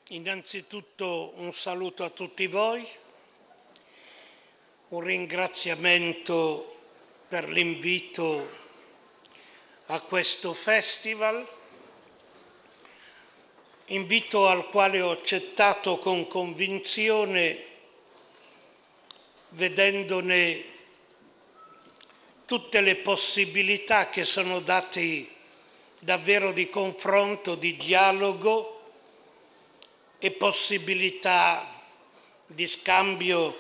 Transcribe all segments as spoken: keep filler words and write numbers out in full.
Innanzitutto un saluto a tutti voi, un ringraziamento per l'invito a questo festival, invito al quale ho accettato con convinzione, vedendone tutte le possibilità che sono date davvero di confronto, di dialogo e possibilità di scambio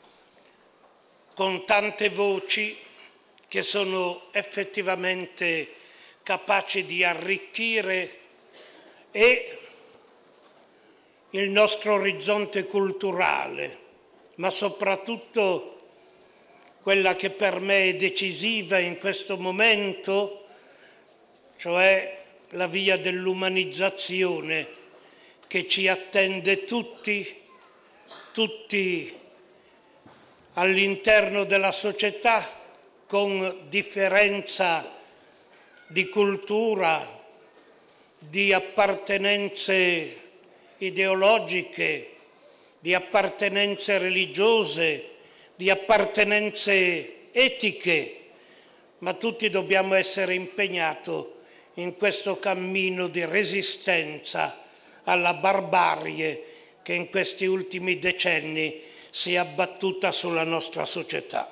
con tante voci che sono effettivamente capaci di arricchire e il nostro orizzonte culturale, ma soprattutto quella che per me è decisiva in questo momento, cioè la via dell'umanizzazione che ci attende tutti, tutti all'interno della società, con differenza di cultura, di appartenenze ideologiche, di appartenenze religiose, di appartenenze etiche, ma tutti dobbiamo essere impegnati in questo cammino di resistenza alla barbarie che in questi ultimi decenni si è abbattuta sulla nostra società.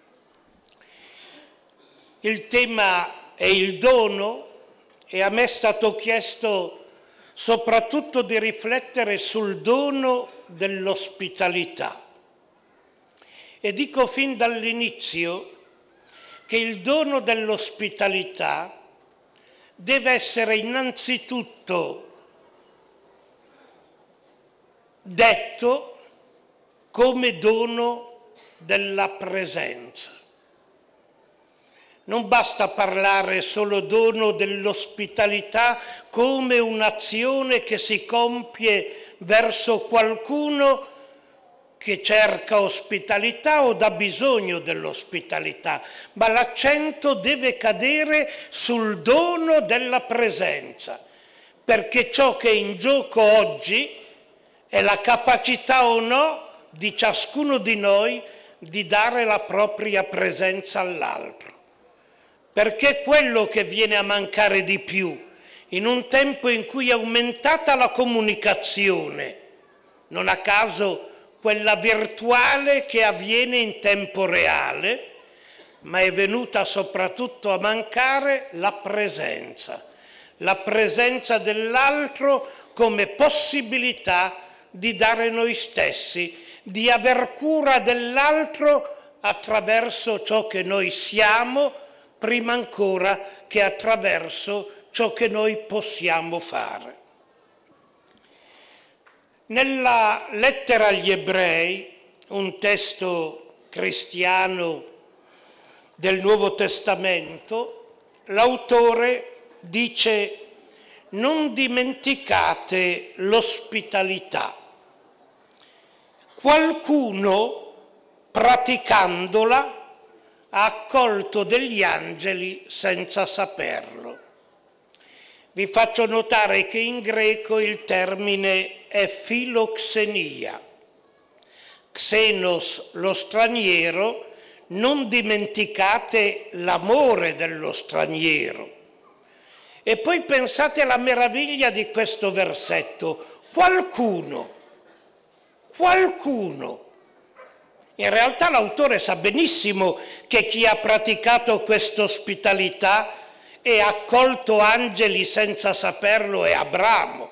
Il tema è il dono e a me è stato chiesto soprattutto di riflettere sul dono dell'ospitalità. E dico fin dall'inizio che il dono dell'ospitalità deve essere innanzitutto detto come dono della presenza. Non basta parlare solo dono dell'ospitalità come un'azione che si compie verso qualcuno che cerca ospitalità o dà bisogno dell'ospitalità, ma l'accento deve cadere sul dono della presenza, perché ciò che è in gioco oggi è la capacità o no di ciascuno di noi di dare la propria presenza all'altro. Perché quello che viene a mancare di più, in un tempo in cui è aumentata la comunicazione, non a caso quella virtuale che avviene in tempo reale, ma è venuta soprattutto a mancare la presenza, la presenza dell'altro come possibilità di dare noi stessi, di aver cura dell'altro attraverso ciò che noi siamo, prima ancora che attraverso ciò che noi possiamo fare. Nella lettera agli Ebrei, un testo cristiano del Nuovo Testamento, l'autore dice: non dimenticate l'ospitalità. Qualcuno, praticandola, ha accolto degli angeli senza saperlo. Vi faccio notare che in greco il termine è filoxenia. Xenos, lo straniero, non dimenticate l'amore dello straniero. E poi pensate alla meraviglia di questo versetto. Qualcuno, qualcuno. In realtà l'autore sa benissimo che chi ha praticato questa ospitalità e ha accolto angeli senza saperlo è Abramo.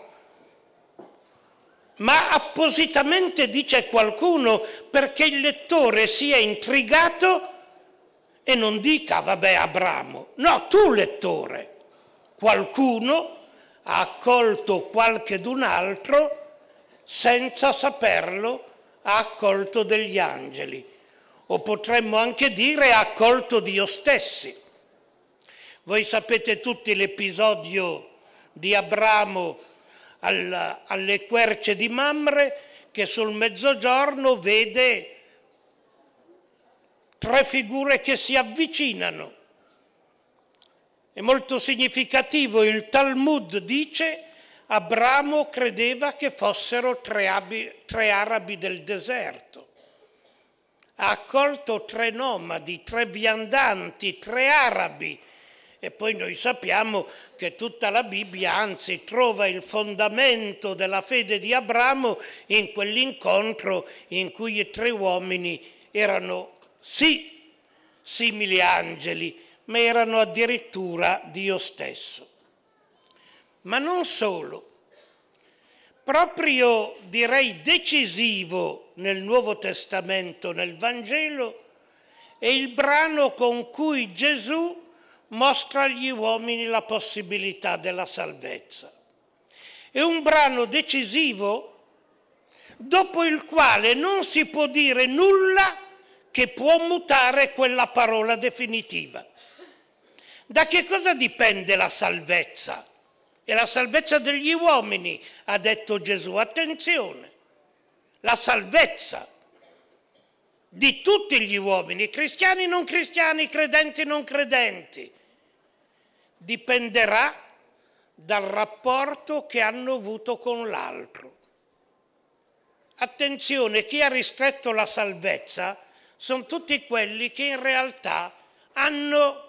Ma appositamente dice qualcuno perché il lettore sia intrigato e non dica vabbè Abramo. No, tu lettore. Qualcuno ha accolto qualchedun altro senza saperlo, ha accolto degli angeli, o potremmo anche dire ha accolto Dio stessi. Voi sapete tutti l'episodio di Abramo al, alle querce di Mamre, che sul mezzogiorno vede tre figure che si avvicinano. È molto significativo, il Talmud dice: Abramo credeva che fossero tre, abi, tre arabi del deserto. Ha accolto tre nomadi, tre viandanti, tre arabi. E poi noi sappiamo che tutta la Bibbia, anzi, trova il fondamento della fede di Abramo in quell'incontro in cui i tre uomini erano sì simili angeli, ma erano addirittura Dio stesso. Ma non solo. Proprio, direi, decisivo nel Nuovo Testamento, nel Vangelo, è il brano con cui Gesù mostra agli uomini la possibilità della salvezza. È un brano decisivo dopo il quale non si può dire nulla che può mutare quella parola definitiva. Da che cosa dipende la salvezza? È la salvezza degli uomini, ha detto Gesù. Attenzione, la salvezza di tutti gli uomini, cristiani, non cristiani, credenti, non credenti, dipenderà dal rapporto che hanno avuto con l'altro. Attenzione, chi ha ristretto la salvezza sono tutti quelli che in realtà hanno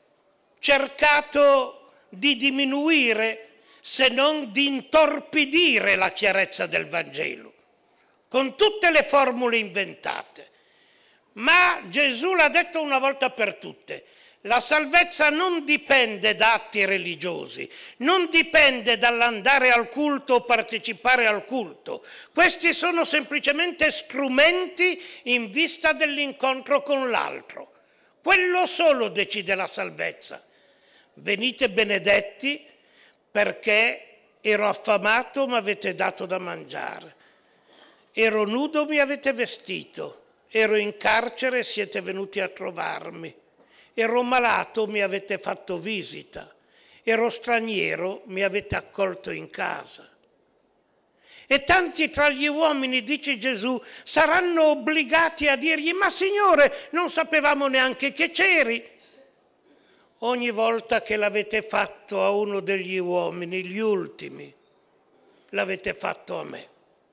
cercato di diminuire, se non di intorpidire la chiarezza del Vangelo, con tutte le formule inventate. Ma Gesù l'ha detto una volta per tutte: la salvezza non dipende da atti religiosi, non dipende dall'andare al culto o partecipare al culto. Questi sono semplicemente strumenti in vista dell'incontro con l'altro. Quello solo decide la salvezza. Venite benedetti perché ero affamato, mi avete dato da mangiare. Ero nudo, mi avete vestito. Ero in carcere, siete venuti a trovarmi. Ero malato, mi avete fatto visita. Ero straniero, mi avete accolto in casa. E tanti tra gli uomini, dice Gesù, saranno obbligati a dirgli: ma Signore, non sapevamo neanche che c'eri. Ogni volta che l'avete fatto a uno degli uomini, gli ultimi, l'avete fatto a me.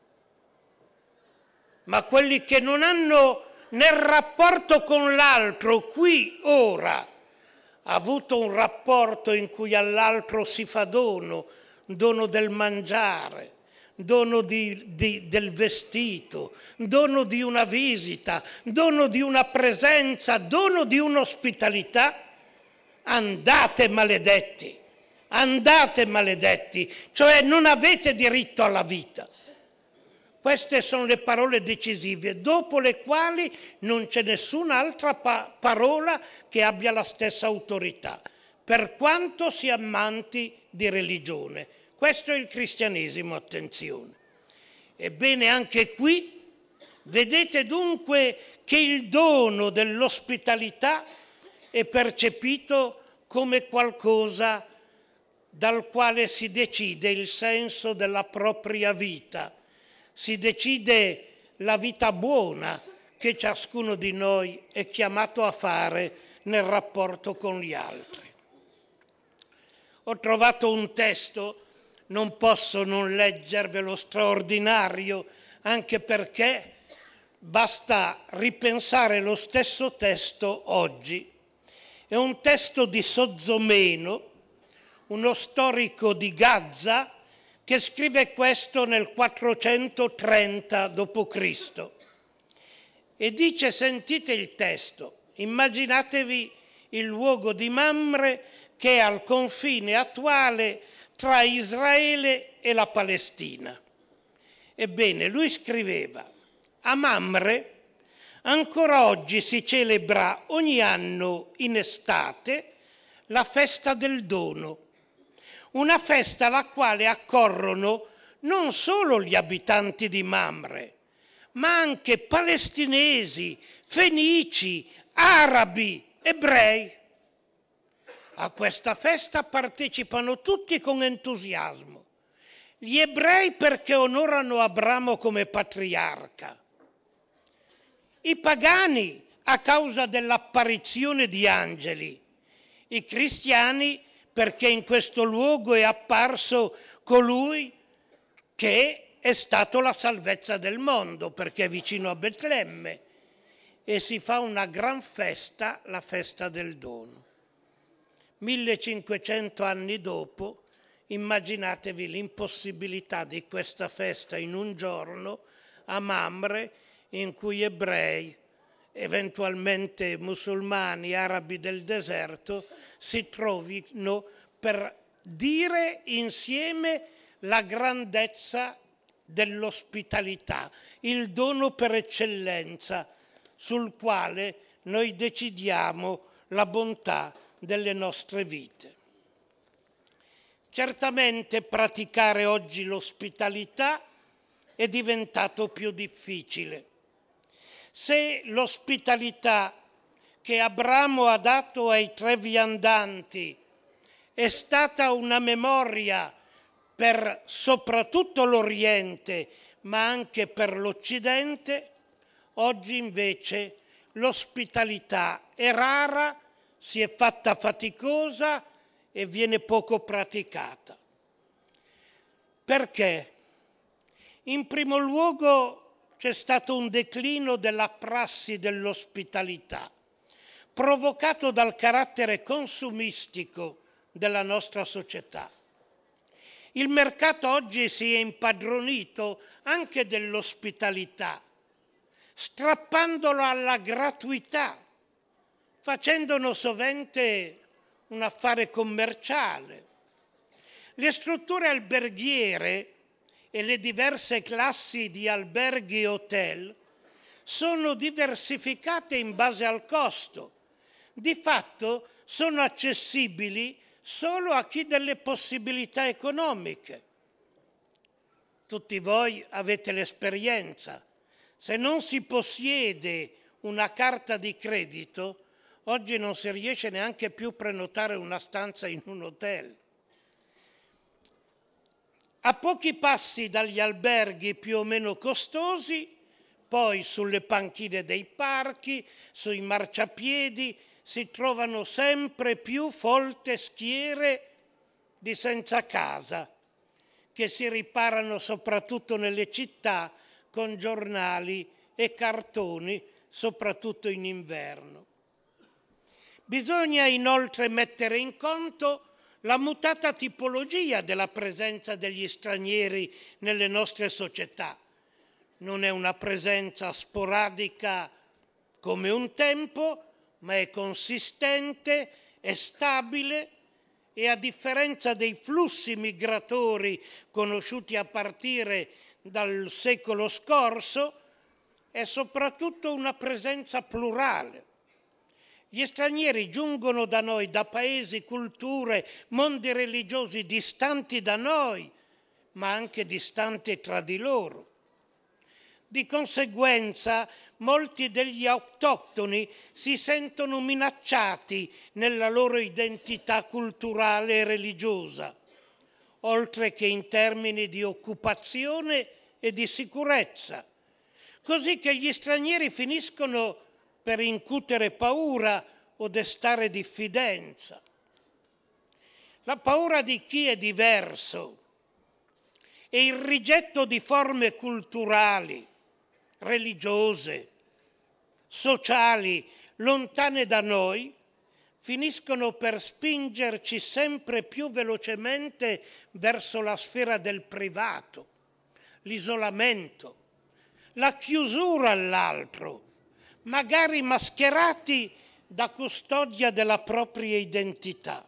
Ma quelli che non hanno nel rapporto con l'altro, qui, ora, avuto un rapporto in cui all'altro si fa dono, dono del mangiare, dono di, di, del vestito, dono di una visita, dono di una presenza, dono di un'ospitalità, andate maledetti, andate maledetti, cioè non avete diritto alla vita. Queste sono le parole decisive, dopo le quali non c'è nessun'altra pa- parola che abbia la stessa autorità, per quanto si amanti di religione. Questo è il cristianesimo, attenzione. Ebbene, anche qui vedete dunque che il dono dell'ospitalità è percepito come qualcosa dal quale si decide il senso della propria vita. Si decide la vita buona che ciascuno di noi è chiamato a fare nel rapporto con gli altri. Ho trovato un testo, non posso non leggervelo, straordinario, anche perché basta ripensare lo stesso testo oggi. È un testo di Sozzomeno, uno storico di Gaza, che scrive questo nel quattrocentotrenta dopo Cristo e dice, sentite il testo, immaginatevi il luogo di Mamre che è al confine attuale tra Israele e la Palestina. Ebbene, lui scriveva: a Mamre ancora oggi si celebra ogni anno in estate la festa del dono, una festa alla quale accorrono non solo gli abitanti di Mamre, ma anche palestinesi, fenici, arabi, ebrei. A questa festa partecipano tutti con entusiasmo. Gli ebrei perché onorano Abramo come patriarca, i pagani a causa dell'apparizione di angeli, i cristiani perché in questo luogo è apparso colui che è stato la salvezza del mondo, perché è vicino a Betlemme, e si fa una gran festa, la festa del dono. millecinquecento anni dopo, immaginatevi l'impossibilità di questa festa in un giorno a Mamre, in cui ebrei, eventualmente musulmani, arabi del deserto, si trovino per dire insieme la grandezza dell'ospitalità, il dono per eccellenza, sul quale noi decidiamo la bontà delle nostre vite. Certamente praticare oggi l'ospitalità è diventato più difficile. Se l'ospitalità che Abramo ha dato ai tre viandanti è stata una memoria per soprattutto l'Oriente, ma anche per l'Occidente, oggi invece l'ospitalità è rara, si è fatta faticosa e viene poco praticata. Perché? In primo luogo c'è stato un declino della prassi dell'ospitalità, provocato dal carattere consumistico della nostra società. Il mercato oggi si è impadronito anche dell'ospitalità, strappandolo alla gratuità, facendone sovente un affare commerciale. Le strutture alberghiere e le diverse classi di alberghi e hotel sono diversificate in base al costo. Di fatto sono accessibili solo a chi ha delle possibilità economiche. Tutti voi avete l'esperienza. Se non si possiede una carta di credito, oggi non si riesce neanche più a prenotare una stanza in un hotel. A pochi passi dagli alberghi più o meno costosi, poi sulle panchine dei parchi, sui marciapiedi, si trovano sempre più folte schiere di senza casa, che si riparano soprattutto nelle città con giornali e cartoni, soprattutto in inverno. Bisogna inoltre mettere in conto la mutata tipologia della presenza degli stranieri nelle nostre società. Non è una presenza sporadica come un tempo, ma è consistente, è stabile e, a differenza dei flussi migratori conosciuti a partire dal secolo scorso, è soprattutto una presenza plurale. Gli stranieri giungono da noi da paesi, culture, mondi religiosi distanti da noi, ma anche distanti tra di loro. Di conseguenza, molti degli autoctoni si sentono minacciati nella loro identità culturale e religiosa, oltre che in termini di occupazione e di sicurezza, così che gli stranieri finiscono per incutere paura o destare diffidenza. La paura di chi è diverso e il rigetto di forme culturali, religiose, sociali, lontane da noi, finiscono per spingerci sempre più velocemente verso la sfera del privato, l'isolamento, la chiusura all'altro, magari mascherati da custodia della propria identità.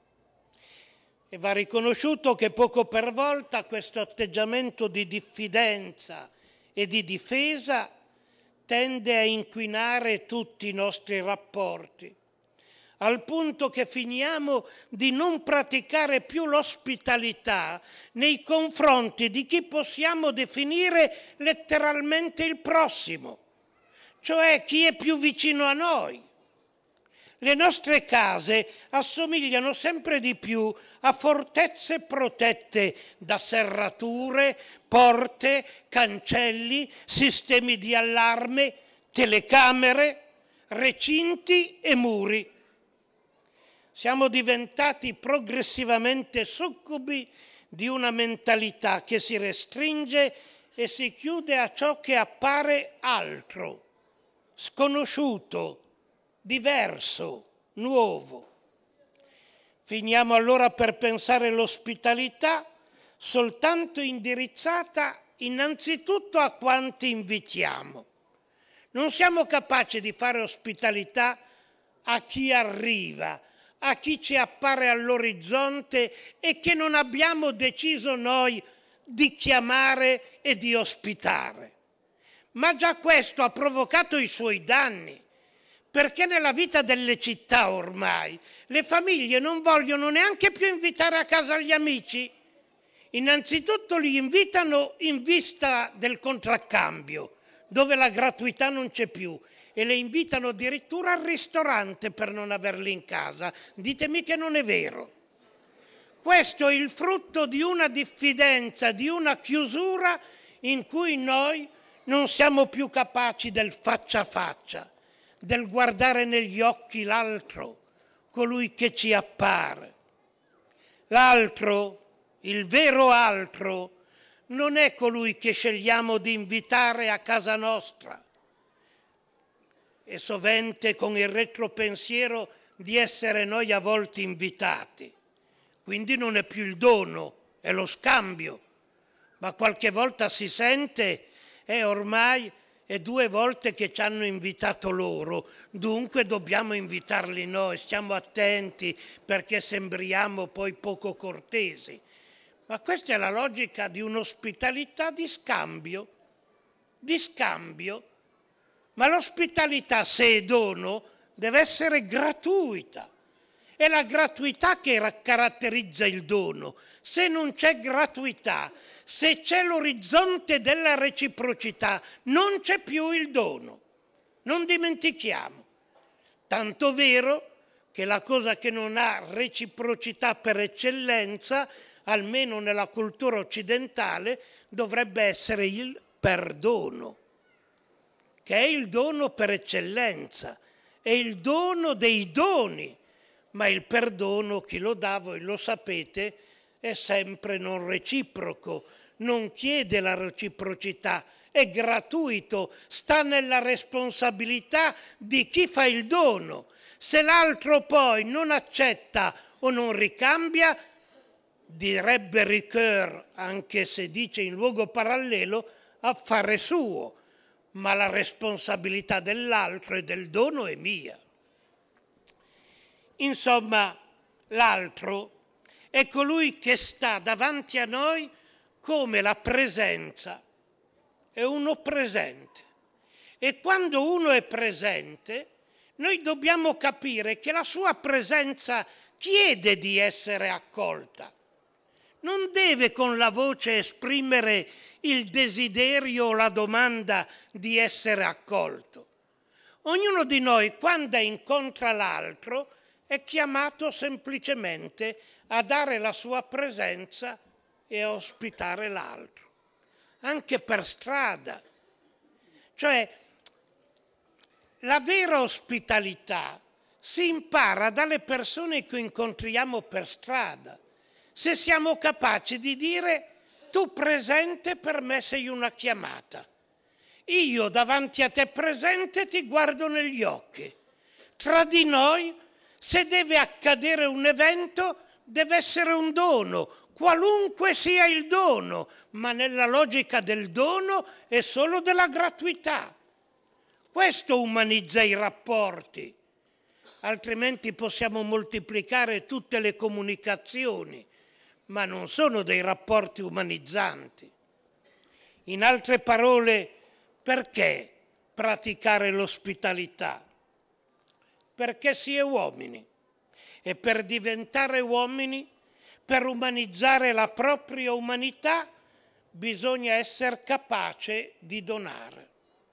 E va riconosciuto che poco per volta questo atteggiamento di diffidenza e di difesa tende a inquinare tutti i nostri rapporti, al punto che finiamo di non praticare più l'ospitalità nei confronti di chi possiamo definire letteralmente il prossimo, cioè chi è più vicino a noi. Le nostre case assomigliano sempre di più a fortezze protette da serrature, porte, cancelli, sistemi di allarme, telecamere, recinti e muri. Siamo diventati progressivamente succubi di una mentalità che si restringe e si chiude a ciò che appare altro, sconosciuto, diverso, nuovo. Finiamo allora per pensare l'ospitalità soltanto indirizzata innanzitutto a quanti invitiamo. Non siamo capaci di fare ospitalità a chi arriva, a chi ci appare all'orizzonte e che non abbiamo deciso noi di chiamare e di ospitare. Ma già questo ha provocato i suoi danni, perché nella vita delle città ormai le famiglie non vogliono neanche più invitare a casa gli amici. Innanzitutto li invitano in vista del contraccambio, dove la gratuità non c'è più, e le invitano addirittura al ristorante per non averli in casa. Ditemi che non è vero. Questo è il frutto di una diffidenza, di una chiusura in cui noi non siamo più capaci del faccia a faccia, del guardare negli occhi l'altro, colui che ci appare. L'altro, il vero altro, non è colui che scegliamo di invitare a casa nostra, e sovente con il retropensiero di essere noi a volte invitati. Quindi non è più il dono, è lo scambio, ma qualche volta si sente e ormai è due volte che ci hanno invitato loro, dunque dobbiamo invitarli noi, stiamo attenti perché sembriamo poi poco cortesi. Ma questa è la logica di un'ospitalità di scambio, di scambio. Ma l'ospitalità, se è dono, deve essere gratuita. È la gratuità che caratterizza il dono. Se non c'è gratuità, se c'è l'orizzonte della reciprocità, non c'è più il dono. Non dimentichiamo. Tanto vero che la cosa che non ha reciprocità per eccellenza, almeno nella cultura occidentale, dovrebbe essere il perdono, che è il dono per eccellenza, è il dono dei doni, ma il perdono, chi lo dà, voi lo sapete, è sempre non reciproco, non chiede la reciprocità, è gratuito, sta nella responsabilità di chi fa il dono. Se l'altro poi non accetta o non ricambia, direbbe Ricoeur, anche se dice in luogo parallelo, affare suo, ma la responsabilità dell'altro e del dono è mia. Insomma, l'altro è colui che sta davanti a noi come la presenza, è uno presente. E quando uno è presente, noi dobbiamo capire che la sua presenza chiede di essere accolta. Non deve con la voce esprimere il desiderio o la domanda di essere accolto. Ognuno di noi, quando incontra l'altro, è chiamato semplicemente a dare la sua presenza e a ospitare l'altro, anche per strada. Cioè, la vera ospitalità si impara dalle persone che incontriamo per strada. Se siamo capaci di dire: tu presente per me sei una chiamata, io davanti a te presente ti guardo negli occhi. Tra di noi, se deve accadere un evento, deve essere un dono, qualunque sia il dono, ma nella logica del dono è solo della gratuità. Questo umanizza i rapporti, altrimenti possiamo moltiplicare tutte le comunicazioni, ma non sono dei rapporti umanizzanti. In altre parole, perché praticare l'ospitalità? Perché si è uomini e per diventare uomini, per umanizzare la propria umanità, bisogna essere capace di donare.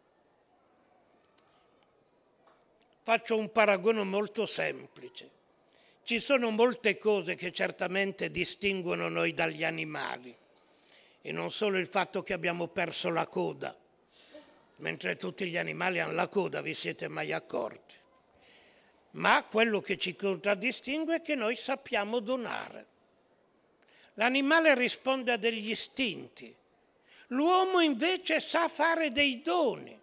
Faccio un paragone molto semplice. Ci sono molte cose che certamente distinguono noi dagli animali, e non solo il fatto che abbiamo perso la coda, mentre tutti gli animali hanno la coda, vi siete mai accorti? Ma quello che ci contraddistingue è che noi sappiamo donare. L'animale risponde a degli istinti, l'uomo invece sa fare dei doni.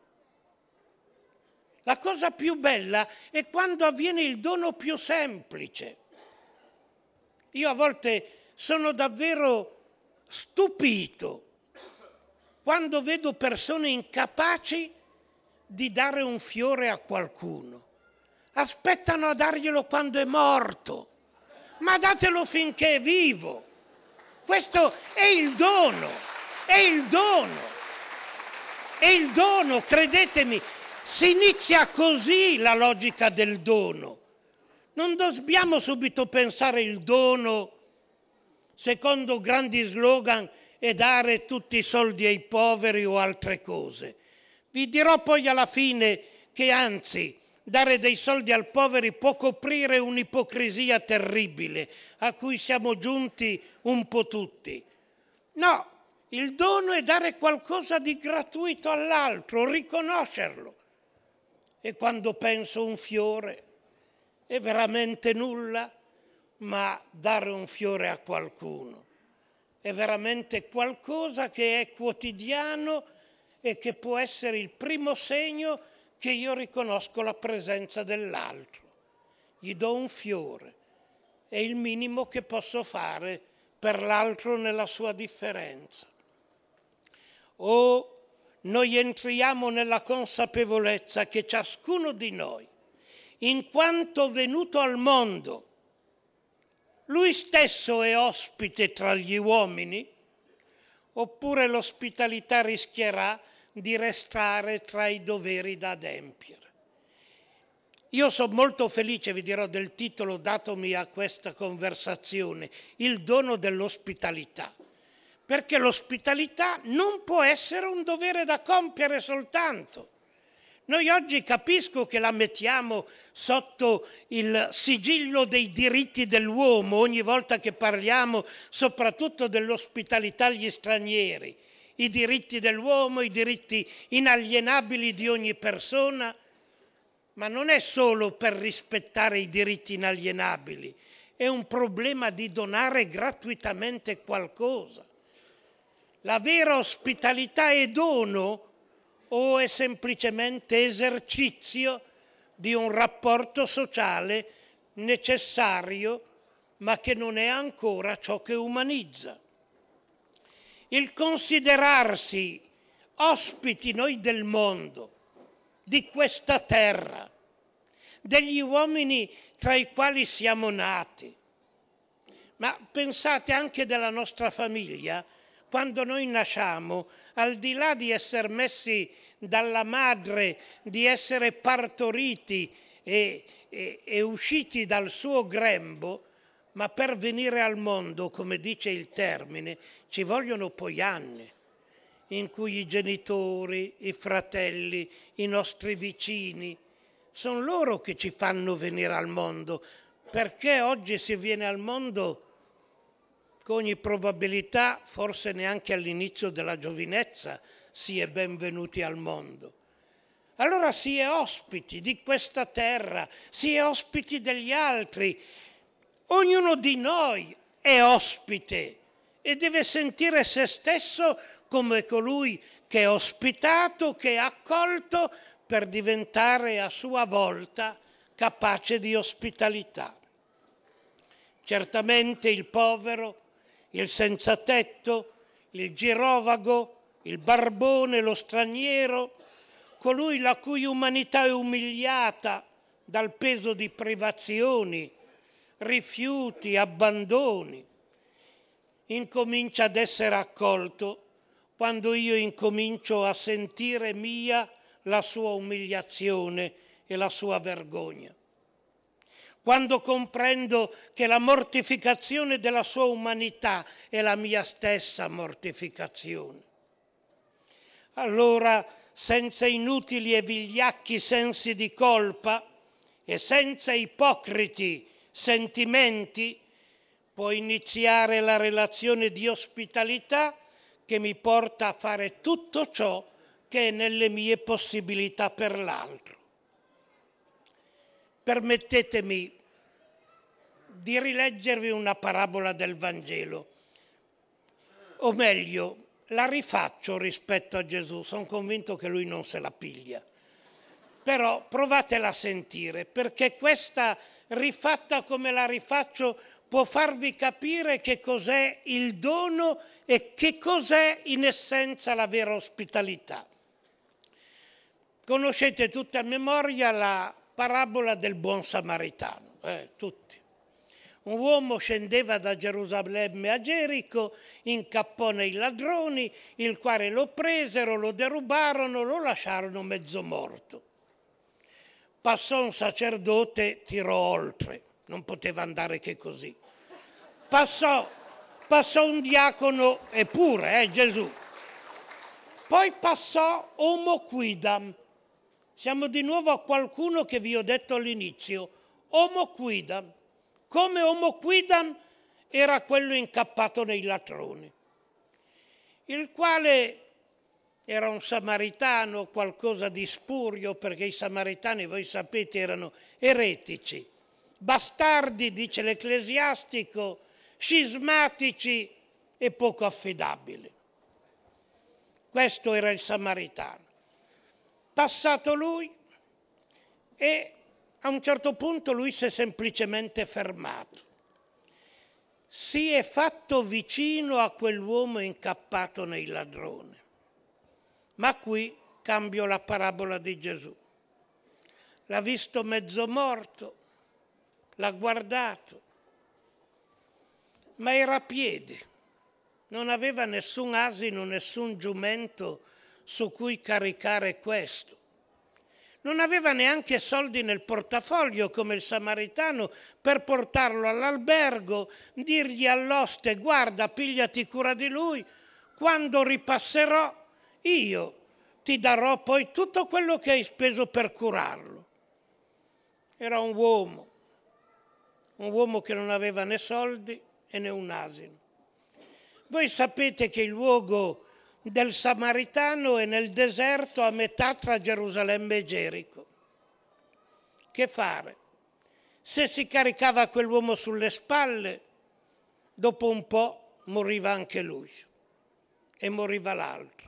La cosa più bella è quando avviene il dono più semplice. Io a volte sono davvero stupito quando vedo persone incapaci di dare un fiore a qualcuno. Aspettano a darglielo quando è morto, ma datelo finché è vivo. Questo è il dono, è il dono, è il dono, credetemi. Si inizia così la logica del dono. Non dobbiamo subito pensare il dono secondo grandi slogan e dare tutti i soldi ai poveri o altre cose. Vi dirò poi alla fine che anzi dare dei soldi ai poveri può coprire un'ipocrisia terribile a cui siamo giunti un po' tutti. No, il dono è dare qualcosa di gratuito all'altro, riconoscerlo. E quando penso un fiore è veramente nulla, ma dare un fiore a qualcuno è veramente qualcosa che è quotidiano e che può essere il primo segno che io riconosco la presenza dell'altro. Gli do un fiore, è il minimo che posso fare per l'altro nella sua differenza. O noi entriamo nella consapevolezza che ciascuno di noi, in quanto venuto al mondo, lui stesso è ospite tra gli uomini, oppure l'ospitalità rischierà di restare tra i doveri da adempiere. Io sono molto felice, vi dirò, del titolo datomi a questa conversazione, il dono dell'ospitalità. Perché l'ospitalità non può essere un dovere da compiere soltanto. Noi oggi capisco che la mettiamo sotto il sigillo dei diritti dell'uomo ogni volta che parliamo soprattutto dell'ospitalità agli stranieri. I diritti dell'uomo, i diritti inalienabili di ogni persona, ma non è solo per rispettare i diritti inalienabili, è un problema di donare gratuitamente qualcosa. La vera ospitalità è dono o è semplicemente esercizio di un rapporto sociale necessario, ma che non è ancora ciò che umanizza? Il considerarsi ospiti noi del mondo, di questa terra, degli uomini tra i quali siamo nati, ma pensate anche della nostra famiglia. Quando noi nasciamo, al di là di essere messi dalla madre, di essere partoriti e, e, e usciti dal suo grembo, ma per venire al mondo, come dice il termine, ci vogliono poi anni, in cui i genitori, i fratelli, i nostri vicini, sono loro che ci fanno venire al mondo, perché oggi si viene al mondo con ogni probabilità, forse neanche all'inizio della giovinezza, si è benvenuti al mondo. Allora si è ospiti di questa terra, si è ospiti degli altri. Ognuno di noi è ospite e deve sentire se stesso come colui che è ospitato, che è accolto per diventare a sua volta capace di ospitalità. Certamente il povero, il senza tetto, il girovago, il barbone, lo straniero, colui la cui umanità è umiliata dal peso di privazioni, rifiuti, abbandoni, incomincia ad essere accolto quando io incomincio a sentire mia la sua umiliazione e la sua vergogna. Quando comprendo che la mortificazione della sua umanità è la mia stessa mortificazione. Allora, senza inutili e vigliacchi sensi di colpa e senza ipocriti sentimenti, può iniziare la relazione di ospitalità che mi porta a fare tutto ciò che è nelle mie possibilità per l'altro. Permettetemi di rileggervi una parabola del Vangelo. o meglio, la rifaccio rispetto a Gesù, sono convinto che lui non se la piglia. Però provatela a sentire, perché questa rifatta come la rifaccio può farvi capire che cos'è il dono e che cos'è in essenza la vera ospitalità. Conoscete tutti a memoria la parabola del buon samaritano, eh, tutti. Un uomo scendeva da Gerusalemme a Gerico, incappò nei ladroni, il quale lo presero, lo derubarono, lo lasciarono mezzo morto. Passò un sacerdote, tirò oltre, non poteva andare che così. Passò, passò un diacono, eppure, eh, Gesù. Poi passò Homo Quidam. Siamo di nuovo a qualcuno che vi ho detto all'inizio, Homo Quidam. Come Homo Quidam era quello incappato nei latroni, il quale era un samaritano, qualcosa di spurio, perché i samaritani, voi sapete, erano eretici, bastardi, dice l'ecclesiastico, scismatici e poco affidabili. Questo era il samaritano. Passato lui, e a un certo punto lui si è semplicemente fermato. Si è fatto vicino a quell'uomo incappato nei ladroni. Ma qui cambio la parabola di Gesù. L'ha visto mezzo morto, l'ha guardato, ma era a piedi. Non aveva nessun asino, nessun giumento su cui caricare questo. Non aveva neanche soldi nel portafoglio come il samaritano per portarlo all'albergo, dirgli all'oste: guarda, pigliati cura di lui, quando ripasserò io ti darò poi tutto quello che hai speso per curarlo. Era un uomo, un uomo che non aveva né soldi e né un asino. Voi sapete che il luogo del samaritano è nel deserto a metà tra Gerusalemme e Gerico. Che fare? Se si caricava quell'uomo sulle spalle, dopo un po' moriva anche lui e moriva l'altro.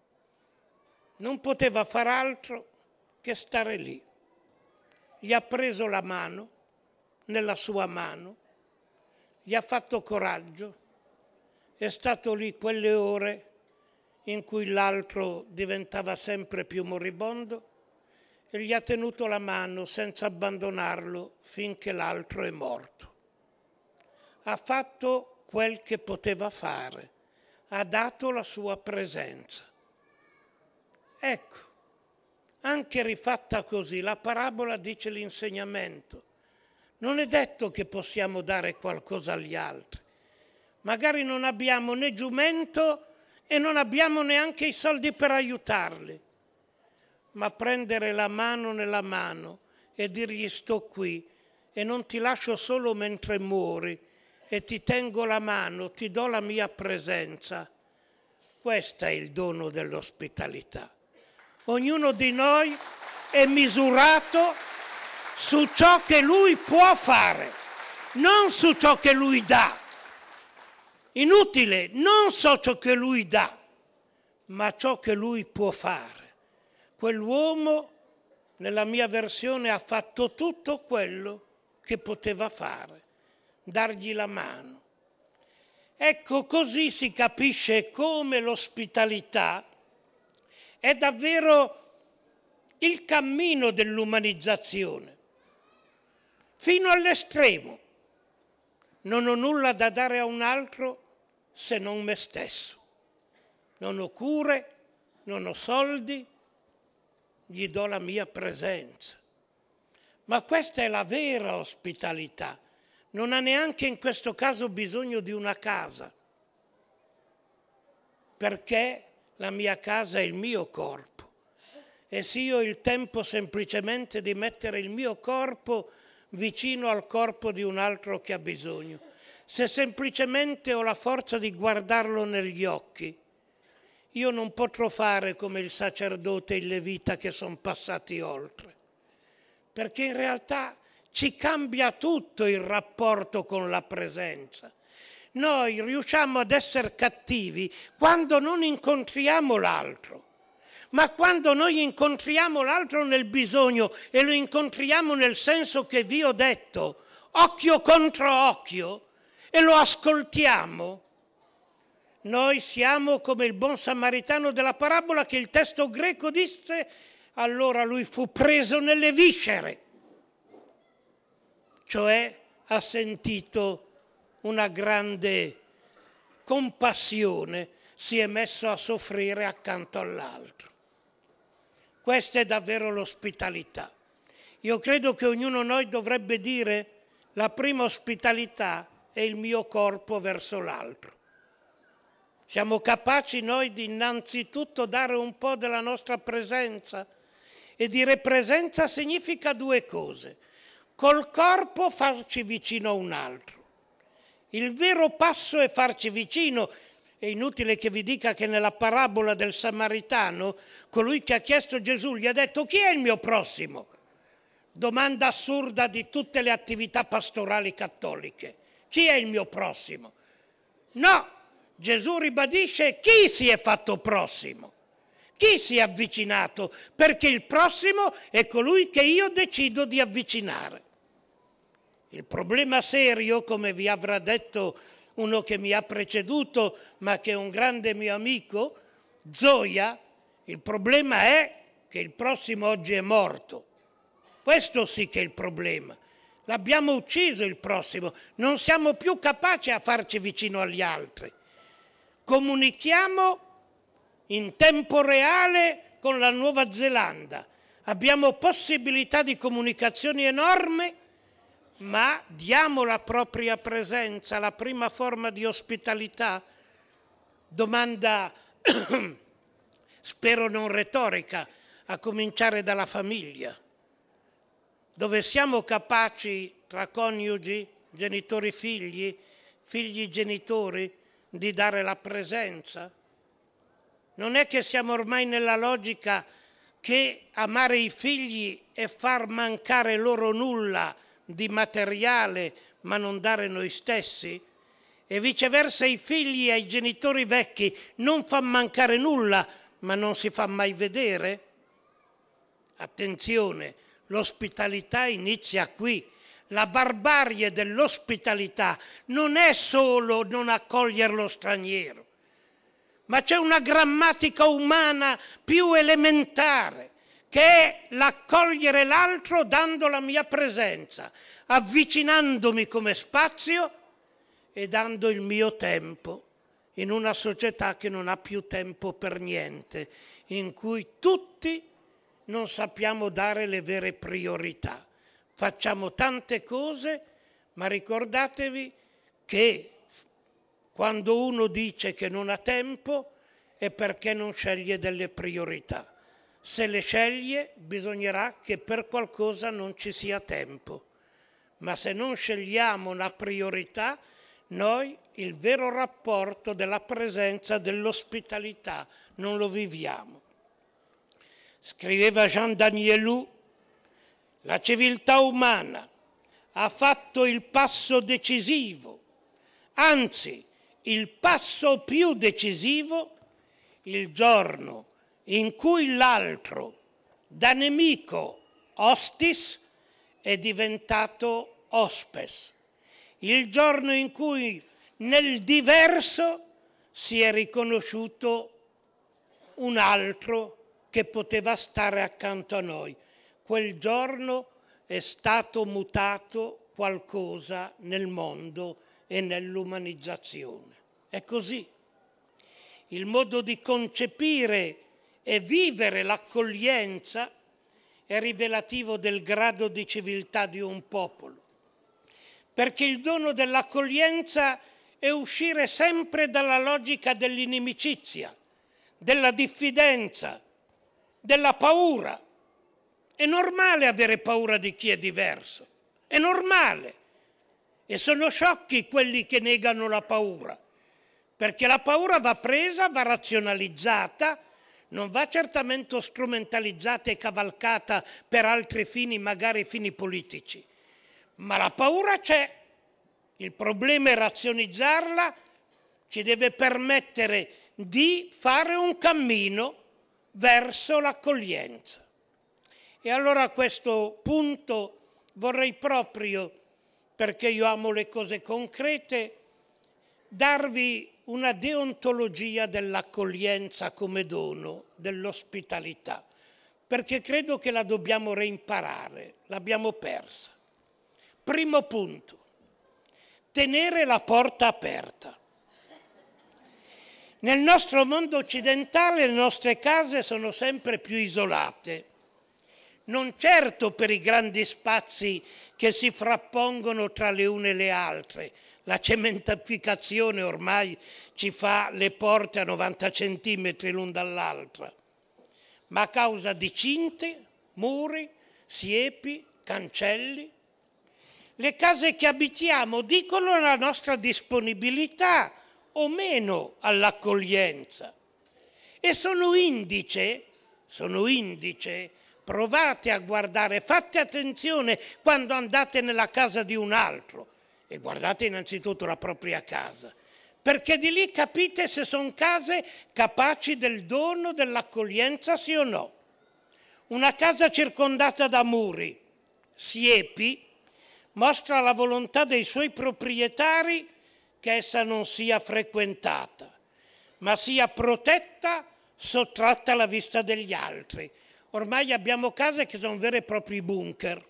Non poteva far altro che stare lì. Gli ha preso la mano, nella sua mano, gli ha fatto coraggio, è stato lì quelle ore in cui l'altro diventava sempre più moribondo e gli ha tenuto la mano senza abbandonarlo finché l'altro è morto. Ha fatto quel che poteva fare, ha dato la sua presenza. Ecco, anche rifatta così, la parabola dice l'insegnamento. Non è detto che possiamo dare qualcosa agli altri. Magari non abbiamo né giumento e non abbiamo neanche i soldi per aiutarli. Ma prendere la mano nella mano e dirgli: sto qui e non ti lascio solo mentre muori e ti tengo la mano, ti do la mia presenza. Questo è il dono dell'ospitalità. Ognuno di noi è misurato su ciò che lui può fare, non su ciò che lui dà. Inutile, non so ciò che lui dà, ma ciò che lui può fare. Quell'uomo, nella mia versione, ha fatto tutto quello che poteva fare, dargli la mano. Ecco, così si capisce come l'ospitalità è davvero il cammino dell'umanizzazione, fino all'estremo. Non ho nulla da dare a un altro se non me stesso. Non ho cure, non ho soldi, gli do la mia presenza. Ma questa è la vera ospitalità. Non ha neanche in questo caso bisogno di una casa, perché la mia casa è il mio corpo. E se io ho il tempo semplicemente di mettere il mio corpo vicino al corpo di un altro che ha bisogno, se semplicemente ho la forza di guardarlo negli occhi, io non potrò fare come il sacerdote e il levita che sono passati oltre, perché in realtà ci cambia tutto il rapporto con la presenza. Noi riusciamo ad essere cattivi quando non incontriamo l'altro. Ma quando noi incontriamo l'altro nel bisogno e lo incontriamo nel senso che vi ho detto, occhio contro occhio, e lo ascoltiamo, noi siamo come il buon samaritano della parabola che il testo greco disse, allora lui fu preso nelle viscere, cioè ha sentito una grande compassione, si è messo a soffrire accanto all'altro. Questa è davvero l'ospitalità. Io credo che ognuno di noi dovrebbe dire la prima ospitalità è il mio corpo verso l'altro. Siamo capaci noi di innanzitutto dare un po' della nostra presenza? E dire presenza significa due cose. Col corpo farci vicino a un altro. Il vero passo è farci vicino. È inutile che vi dica che nella parabola del Samaritano, colui che ha chiesto a Gesù gli ha detto chi è il mio prossimo? Domanda assurda di tutte le attività pastorali cattoliche. Chi è il mio prossimo? No, Gesù ribadisce chi si è fatto prossimo, chi si è avvicinato, perché il prossimo è colui che io decido di avvicinare. Il problema serio, come vi avrà detto uno che mi ha preceduto, ma che è un grande mio amico, Zoya, il problema è che il prossimo oggi è morto. Questo sì che è il problema. L'abbiamo ucciso il prossimo, non siamo più capaci a farci vicino agli altri. Comunichiamo in tempo reale con la Nuova Zelanda. Abbiamo possibilità di comunicazioni enormi, ma diamo la propria presenza, la prima forma di ospitalità? Domanda, spero non retorica, a cominciare dalla famiglia, dove siamo capaci, tra coniugi, genitori figli, figli genitori, di dare la presenza? Non è che siamo ormai nella logica che amare i figli è far mancare loro nulla di materiale, ma non dare noi stessi? E viceversa i figli ai genitori vecchi non fa mancare nulla, ma non si fa mai vedere? Attenzione, l'ospitalità inizia qui. La barbarie dell'ospitalità non è solo non accogliere lo straniero, ma c'è una grammatica umana più elementare, che è l'accogliere l'altro dando la mia presenza, avvicinandomi come spazio e dando il mio tempo in una società che non ha più tempo per niente, in cui tutti non sappiamo dare le vere priorità. Facciamo tante cose, ma ricordatevi che quando uno dice che non ha tempo è perché non sceglie delle priorità. Se le sceglie bisognerà che per qualcosa non ci sia tempo. Ma se non scegliamo una priorità, noi il vero rapporto della presenza, dell'ospitalità, non lo viviamo. Scriveva Jean Danielou, la civiltà umana ha fatto il passo decisivo, anzi il passo più decisivo, il giorno in cui l'altro, da nemico hostis, è diventato hospes, il giorno in cui nel diverso si è riconosciuto un altro che poteva stare accanto a noi. Quel giorno è stato mutato qualcosa nel mondo e nell'umanizzazione. È così. Il modo di concepire e vivere l'accoglienza è rivelativo del grado di civiltà di un popolo, perché il dono dell'accoglienza è uscire sempre dalla logica dell'inimicizia, della diffidenza, della paura. È normale avere paura di chi è diverso, è normale. E sono sciocchi quelli che negano la paura, perché la paura va presa, va razionalizzata, non va certamente strumentalizzata e cavalcata per altri fini, magari fini politici. Ma la paura c'è Il problema è razionalizzarla, ci deve permettere di fare un cammino verso l'accoglienza. E allora a questo punto vorrei proprio, perché io amo le cose concrete, darvi una deontologia dell'accoglienza come dono, dell'ospitalità, perché credo che la dobbiamo reimparare, l'abbiamo persa. Primo punto, tenere la porta aperta. Nel nostro mondo occidentale le nostre case sono sempre più isolate, non certo per i grandi spazi che si frappongono tra le une e le altre. La cementificazione ormai ci fa le porte a novanta centimetri l'un dall'altra, ma a causa di cinte, muri, siepi, cancelli. Le case che abitiamo dicono la nostra disponibilità o meno all'accoglienza e sono indice, sono indice, provate a guardare, fate attenzione quando andate nella casa di un altro e guardate innanzitutto la propria casa, perché di lì capite se sono case capaci del dono dell'accoglienza sì o no. Una casa circondata da muri, siepi, mostra la volontà dei suoi proprietari che essa non sia frequentata, ma sia protetta, sottratta alla vista degli altri. Ormai abbiamo case che sono veri e propri bunker.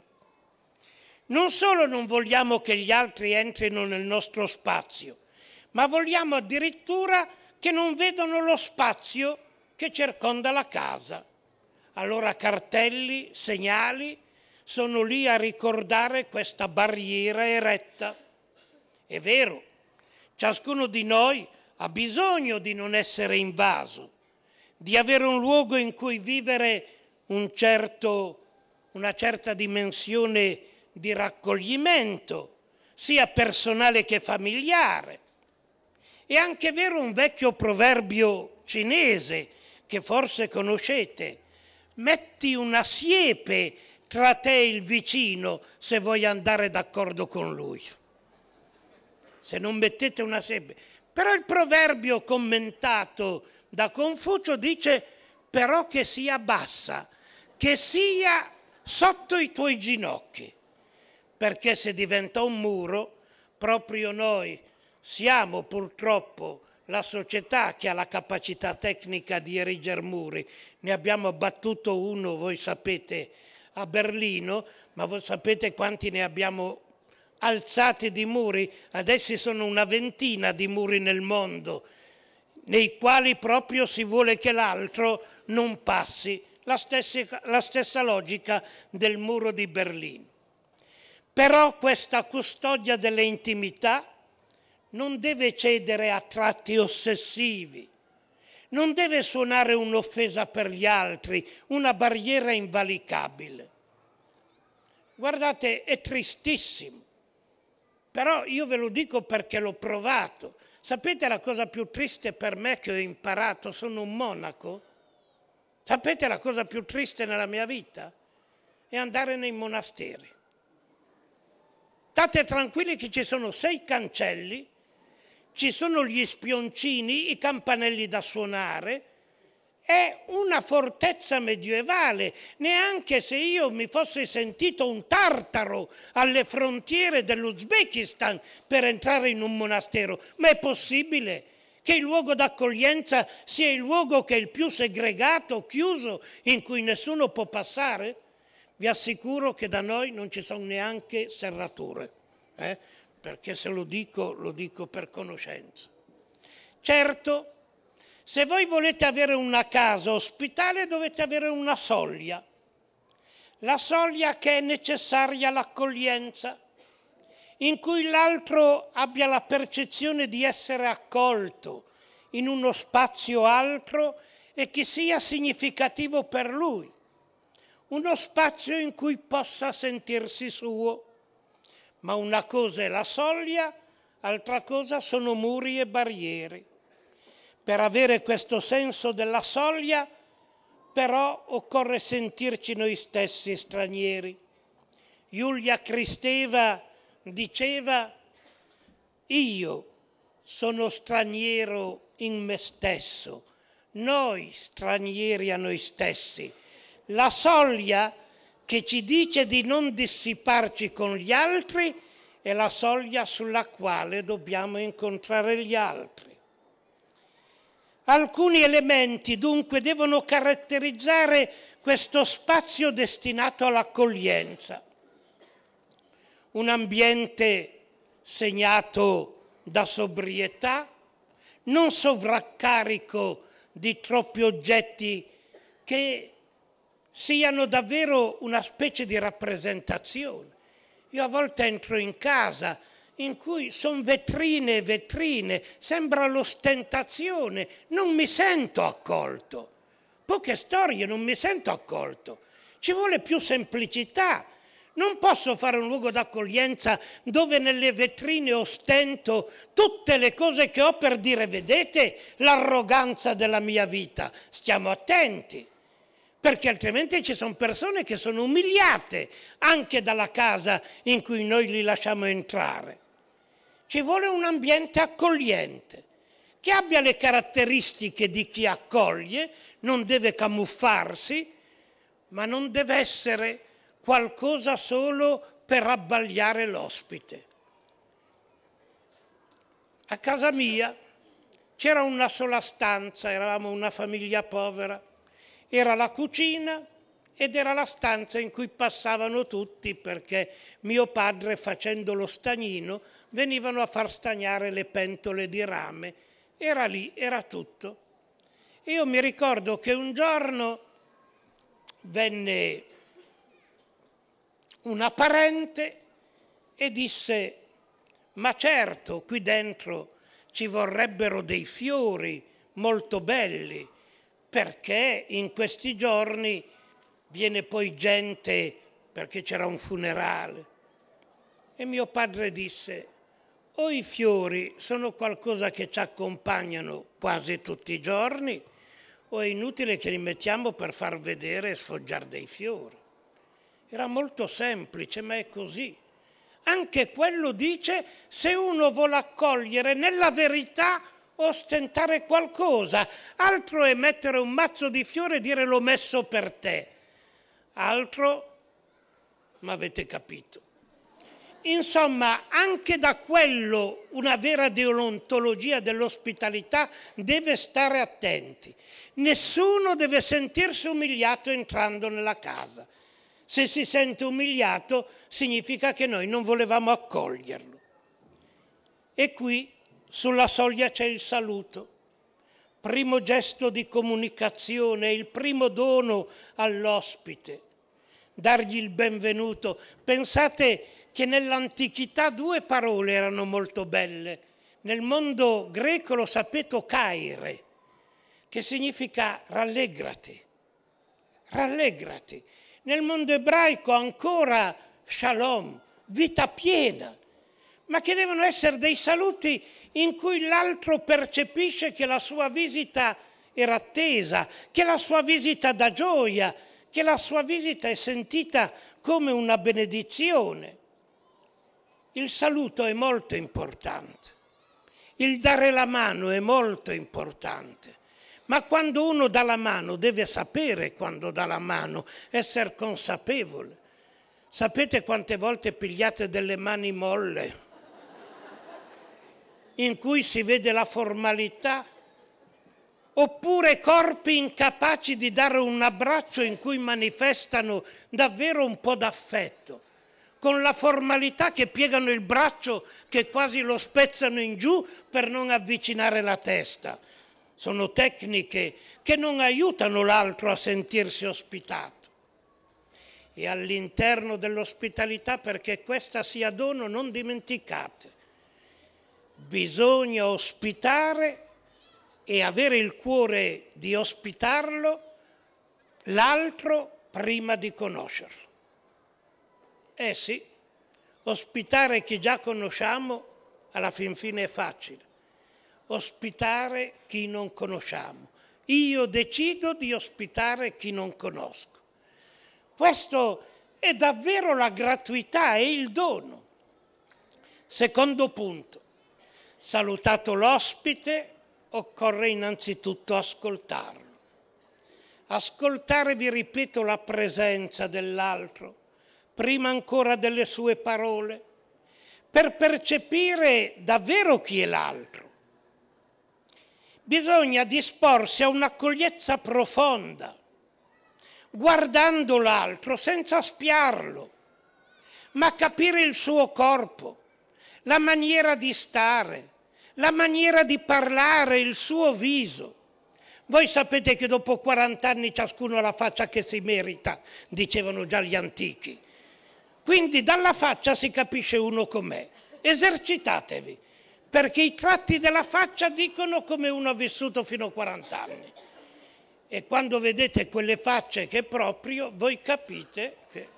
Non solo non vogliamo che gli altri entrino nel nostro spazio, ma vogliamo addirittura che non vedano lo spazio che circonda la casa. Allora cartelli, segnali sono lì a ricordare questa barriera eretta. È vero, ciascuno di noi ha bisogno di non essere invaso, di avere un luogo in cui vivere un certo, una certa dimensione di raccoglimento, sia personale che familiare. È anche vero un vecchio proverbio cinese che forse conoscete: metti una siepe tra te e il vicino se vuoi andare d'accordo con lui. Se non mettete una siepe. Però il proverbio commentato da Confucio dice però che sia bassa, che sia sotto i tuoi ginocchi, perché se diventa un muro, proprio noi siamo purtroppo la società che ha la capacità tecnica di erigere muri. Ne abbiamo abbattuto uno, voi sapete, a Berlino, ma voi sapete quanti ne abbiamo alzati di muri? Adesso sono una ventina di muri nel mondo, nei quali proprio si vuole che l'altro non passi. La stessa, la stessa logica del muro di Berlino. Però questa custodia delle intimità non deve cedere a tratti ossessivi, non deve suonare un'offesa per gli altri, una barriera invalicabile. Guardate, è tristissimo, però io ve lo dico perché l'ho provato. Sapete la cosa più triste per me che ho imparato? Sono un monaco. Sapete la cosa più triste nella mia vita? È andare nei monasteri. State tranquilli che ci sono sei cancelli, ci sono gli spioncini, i campanelli da suonare, è una fortezza medievale, neanche se io mi fossi sentito un tartaro alle frontiere dell'Uzbekistan per entrare in un monastero. Ma è possibile che il luogo d'accoglienza sia il luogo che è il più segregato, chiuso, in cui nessuno può passare? Vi assicuro che da noi non ci sono neanche serrature, eh? Perché se lo dico, lo dico per conoscenza. Certo, se voi volete avere una casa ospitale dovete avere una soglia, la soglia che è necessaria all'accoglienza, in cui l'altro abbia la percezione di essere accolto in uno spazio altro e che sia significativo per lui, uno spazio in cui possa sentirsi suo. Ma una cosa è la soglia, altra cosa sono muri e barriere. Per avere questo senso della soglia, però, occorre sentirci noi stessi stranieri. Giulia Kristeva diceva: Io sono straniero in me stesso, noi stranieri a noi stessi. La soglia che ci dice di non dissiparci con gli altri è la soglia sulla quale dobbiamo incontrare gli altri. Alcuni elementi dunque devono caratterizzare questo spazio destinato all'accoglienza. Un ambiente segnato da sobrietà, non sovraccarico di troppi oggetti che siano davvero una specie di rappresentazione. Io a volte entro in casa in cui sono vetrine e vetrine, sembra l'ostentazione, non mi sento accolto. Poche storie, non mi sento accolto. Ci vuole più semplicità. Non posso fare un luogo d'accoglienza dove nelle vetrine ostento tutte le cose che ho per dire vedete l'arroganza della mia vita. Stiamo attenti, perché altrimenti ci sono persone che sono umiliate anche dalla casa in cui noi li lasciamo entrare. Ci vuole un ambiente accogliente, che abbia le caratteristiche di chi accoglie, non deve camuffarsi, ma non deve essere qualcosa solo per abbagliare l'ospite. A casa mia c'era una sola stanza, eravamo una famiglia povera, era la cucina ed era la stanza in cui passavano tutti perché mio padre, facendo lo stagnino, venivano a far stagnare le pentole di rame. Era lì, era tutto. Io mi ricordo che un giorno venne una parente e disse: ma certo, qui dentro ci vorrebbero dei fiori molto belli, perché in questi giorni viene poi gente, perché c'era un funerale. E mio padre disse: o i fiori sono qualcosa che ci accompagnano quasi tutti i giorni, o è inutile che li mettiamo per far vedere e sfoggiare dei fiori. Era molto semplice, ma è così. Anche quello dice: se uno vuole accogliere nella verità, ostentare qualcosa, altro è mettere un mazzo di fiori e dire l'ho messo per te. Altro, ma avete capito. Insomma, anche da quello una vera deontologia dell'ospitalità deve stare attenti. Nessuno deve sentirsi umiliato entrando nella casa. Se si sente umiliato significa che noi non volevamo accoglierlo. E qui sulla soglia c'è il saluto. Primo gesto di comunicazione, il primo dono all'ospite. Dargli il benvenuto. Pensate che nell'antichità due parole erano molto belle. Nel mondo greco lo sapete, kaire, che significa rallegrati. Rallegrati. Nel mondo ebraico ancora shalom, vita piena, ma che devono essere dei saluti in cui l'altro percepisce che la sua visita era attesa, che la sua visita dà gioia, che la sua visita è sentita come una benedizione. Il saluto è molto importante, il dare la mano è molto importante. Ma quando uno dà la mano deve sapere quando dà la mano, essere consapevole. Sapete quante volte pigliate delle mani molle in cui si vede la formalità? Oppure corpi incapaci di dare un abbraccio in cui manifestano davvero un po' d'affetto, con la formalità che piegano il braccio, che quasi lo spezzano in giù per non avvicinare la testa. Sono tecniche che non aiutano l'altro a sentirsi ospitato. E all'interno dell'ospitalità, perché questa sia dono, non dimenticate, bisogna ospitare e avere il cuore di ospitarlo l'altro prima di conoscerlo. Eh sì, ospitare chi già conosciamo alla fin fine è facile. Ospitare chi non conosciamo. Io decido di ospitare chi non conosco. Questo è davvero la gratuità, è il dono. Secondo punto. Salutato l'ospite, occorre innanzitutto ascoltarlo. Ascoltare, vi ripeto, la presenza dell'altro, prima ancora delle sue parole, per percepire davvero chi è l'altro. Bisogna disporsi a un'accoglienza profonda, guardando l'altro senza spiarlo, ma capire il suo corpo, la maniera di stare, la maniera di parlare, il suo viso. Voi sapete che dopo quaranta anni ciascuno ha la faccia che si merita, dicevano già gli antichi. Quindi dalla faccia si capisce uno com'è. Esercitatevi, perché i tratti della faccia dicono come uno ha vissuto fino a quaranta anni. E quando vedete quelle facce che proprio, voi capite che...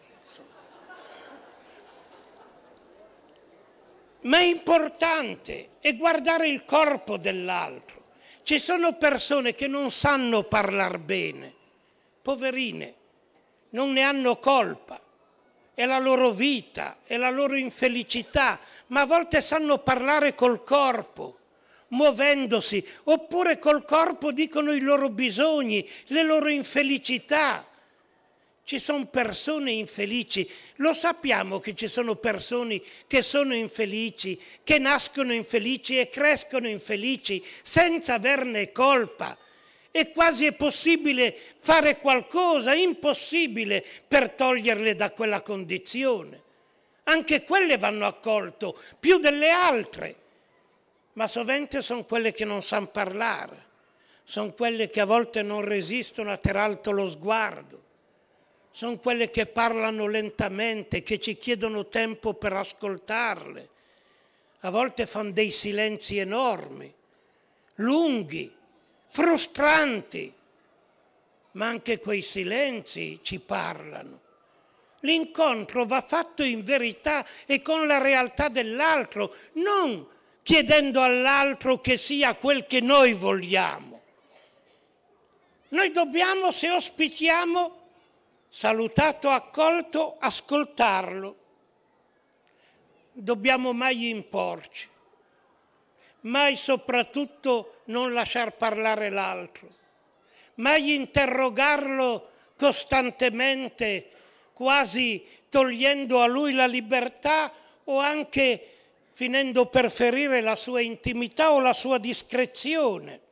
Ma è importante, è guardare il corpo dell'altro. Ci sono persone che non sanno parlare bene, poverine, non ne hanno colpa, è la loro vita, è la loro infelicità, ma a volte sanno parlare col corpo, muovendosi, oppure col corpo dicono i loro bisogni, le loro infelicità. Ci sono persone infelici, lo sappiamo che ci sono persone che sono infelici, che nascono infelici e crescono infelici senza averne colpa. E quasi è possibile fare qualcosa, impossibile, per toglierle da quella condizione. Anche quelle vanno accolte, più delle altre, ma sovente sono quelle che non sanno parlare, sono quelle che a volte non resistono a tirare alto lo sguardo. Sono quelle che parlano lentamente, che ci chiedono tempo per ascoltarle. A volte fanno dei silenzi enormi, lunghi, frustranti, ma anche quei silenzi ci parlano. L'incontro va fatto in verità e con la realtà dell'altro, non chiedendo all'altro che sia quel che noi vogliamo. Noi dobbiamo, se ospitiamo, salutato, accolto, ascoltarlo. Dobbiamo mai imporci, mai soprattutto non lasciar parlare l'altro, mai interrogarlo costantemente, quasi togliendo a lui la libertà o anche finendo per ferire la sua intimità o la sua discrezione.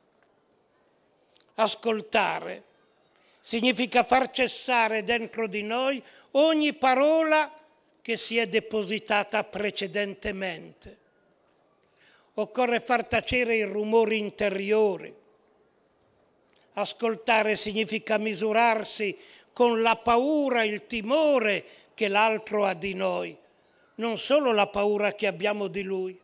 Ascoltare significa far cessare dentro di noi ogni parola che si è depositata precedentemente. Occorre far tacere i rumori interiori. Ascoltare significa misurarsi con la paura, il timore che l'altro ha di noi, non solo la paura che abbiamo di lui.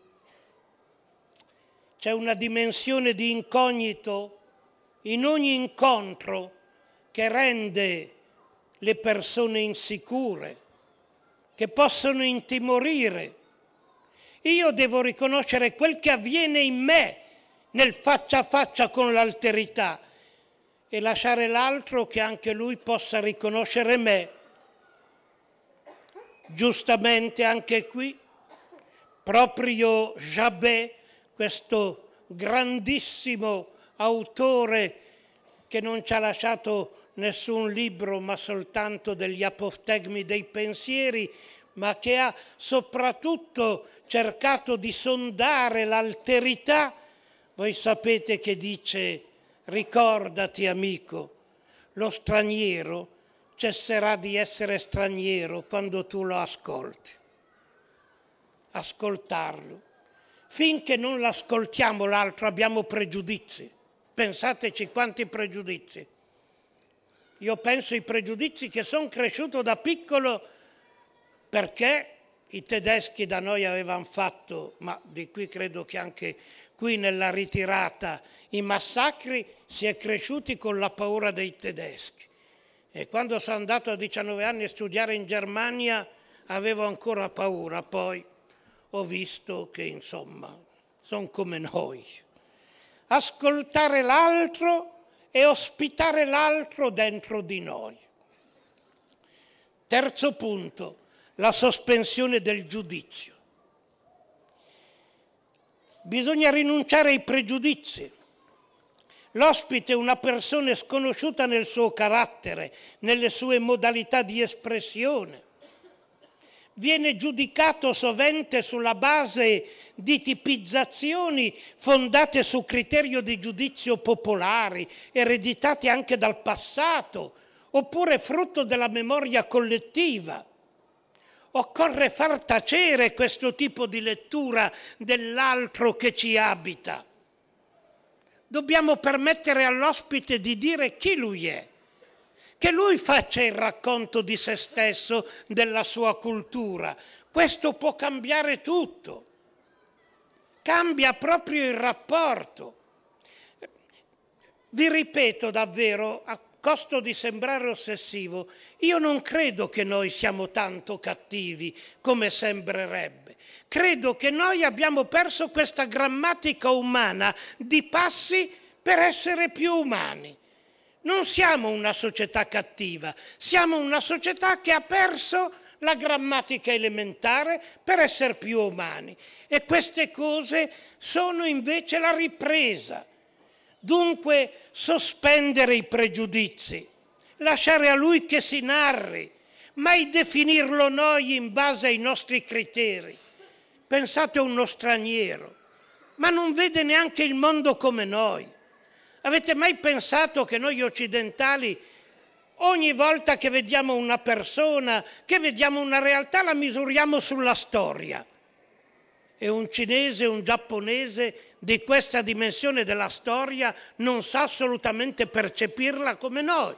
C'è una dimensione di incognito in ogni incontro che rende le persone insicure, che possono intimorire. Io devo riconoscere quel che avviene in me nel faccia a faccia con l'alterità e lasciare l'altro che anche lui possa riconoscere me. Giustamente anche qui, proprio Jabé, questo grandissimo autore che non ci ha lasciato nessun libro ma soltanto degli apotegmi dei pensieri, ma che ha soprattutto cercato di sondare l'alterità, voi sapete che dice: ricordati, amico, lo straniero cesserà di essere straniero quando tu lo ascolti. Ascoltarlo. Finché non l'ascoltiamo l'altro abbiamo pregiudizi. Pensateci quanti pregiudizi. Io penso ai pregiudizi che sono cresciuto da piccolo perché i tedeschi da noi avevano fatto, ma di qui credo che anche qui nella ritirata, i massacri, si è cresciuti con la paura dei tedeschi. E quando sono andato a diciannove anni a studiare in Germania avevo ancora paura, poi ho visto che insomma sono come noi. Ascoltare l'altro e ospitare l'altro dentro di noi. Terzo punto, la sospensione del giudizio. Bisogna rinunciare ai pregiudizi. L'ospite è una persona sconosciuta nel suo carattere, nelle sue modalità di espressione. Viene giudicato sovente sulla base di tipizzazioni fondate su criterio di giudizio popolari, ereditati anche dal passato, oppure frutto della memoria collettiva. Occorre far tacere questo tipo di lettura dell'altro che ci abita. Dobbiamo permettere all'ospite di dire chi lui è, che lui faccia il racconto di se stesso, della sua cultura. Questo può cambiare tutto. Cambia proprio il rapporto. Vi ripeto davvero, a costo di sembrare ossessivo, io non credo che noi siamo tanto cattivi come sembrerebbe. Credo che noi abbiamo perso questa grammatica umana di passi per essere più umani. Non siamo una società cattiva, siamo una società che ha perso la grammatica elementare per essere più umani. E queste cose sono invece la ripresa. Dunque sospendere i pregiudizi, lasciare a lui che si narri, mai definirlo noi in base ai nostri criteri. Pensate a uno straniero, ma non vede neanche il mondo come noi. Avete mai pensato che noi occidentali, ogni volta che vediamo una persona, che vediamo una realtà, la misuriamo sulla storia? E un cinese, un giapponese di questa dimensione della storia non sa assolutamente percepirla come noi.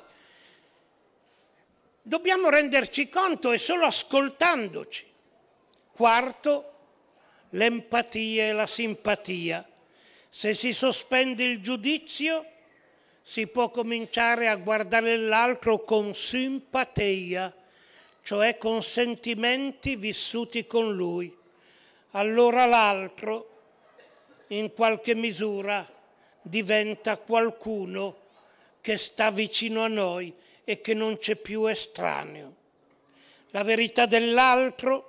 Dobbiamo renderci conto e solo ascoltandoci. Quarto, l'empatia e la simpatia. Se si sospende il giudizio, si può cominciare a guardare l'altro con simpatia, cioè con sentimenti vissuti con lui. Allora l'altro, in qualche misura, diventa qualcuno che sta vicino a noi e che non c'è più estraneo. La verità dell'altro,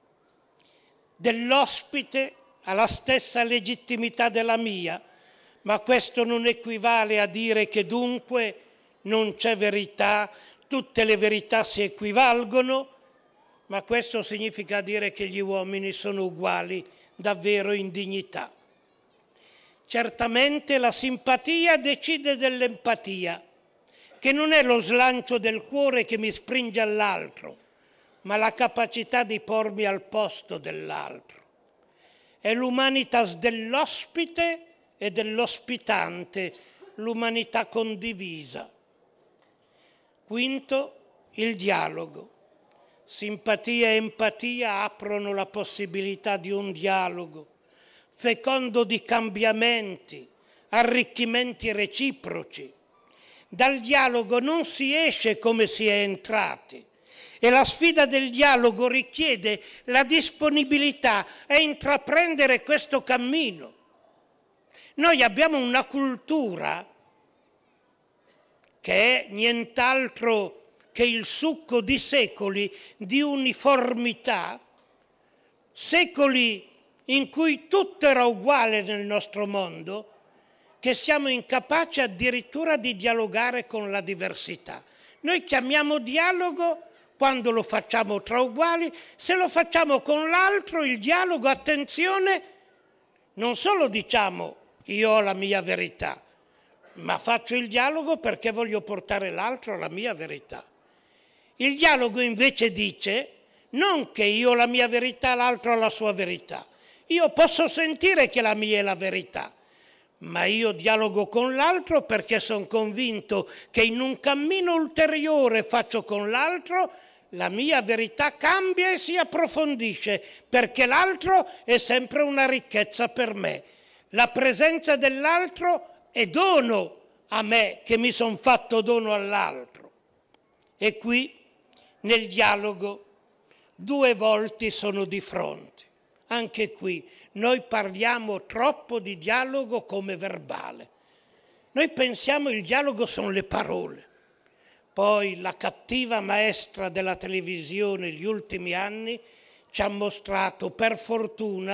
dell'ospite, ha la stessa legittimità della mia, ma questo non equivale a dire che dunque non c'è verità, tutte le verità si equivalgono, ma questo significa dire che gli uomini sono uguali davvero in dignità. Certamente la simpatia decide dell'empatia, che non è lo slancio del cuore che mi spinge all'altro, ma la capacità di pormi al posto dell'altro. È l'humanitas dell'ospite e dell'ospitante, l'umanità condivisa. Quinto, il dialogo. Simpatia e empatia aprono la possibilità di un dialogo fecondo di cambiamenti, arricchimenti reciproci. Dal dialogo non si esce come si è entrati. E la sfida del dialogo richiede la disponibilità a intraprendere questo cammino. Noi abbiamo una cultura che è nient'altro che il succo di secoli di uniformità, secoli in cui tutto era uguale nel nostro mondo, che siamo incapaci addirittura di dialogare con la diversità. Noi chiamiamo dialogo quando lo facciamo tra uguali, se lo facciamo con l'altro, il dialogo, attenzione, non solo diciamo io ho la mia verità, ma faccio il dialogo perché voglio portare l'altro alla mia verità. Il dialogo invece dice non che io ho la mia verità, l'altro ha la sua verità. Io posso sentire che la mia è la verità, ma io dialogo con l'altro perché sono convinto che in un cammino ulteriore faccio con l'altro, la mia verità cambia e si approfondisce, perché l'altro è sempre una ricchezza per me. La presenza dell'altro è dono a me, che mi son fatto dono all'altro. E qui, nel dialogo, due volti sono di fronte. Anche qui, noi parliamo troppo di dialogo come verbale. Noi pensiamo il dialogo sono le parole. Poi la cattiva maestra della televisione negli ultimi anni ci ha mostrato, per fortuna,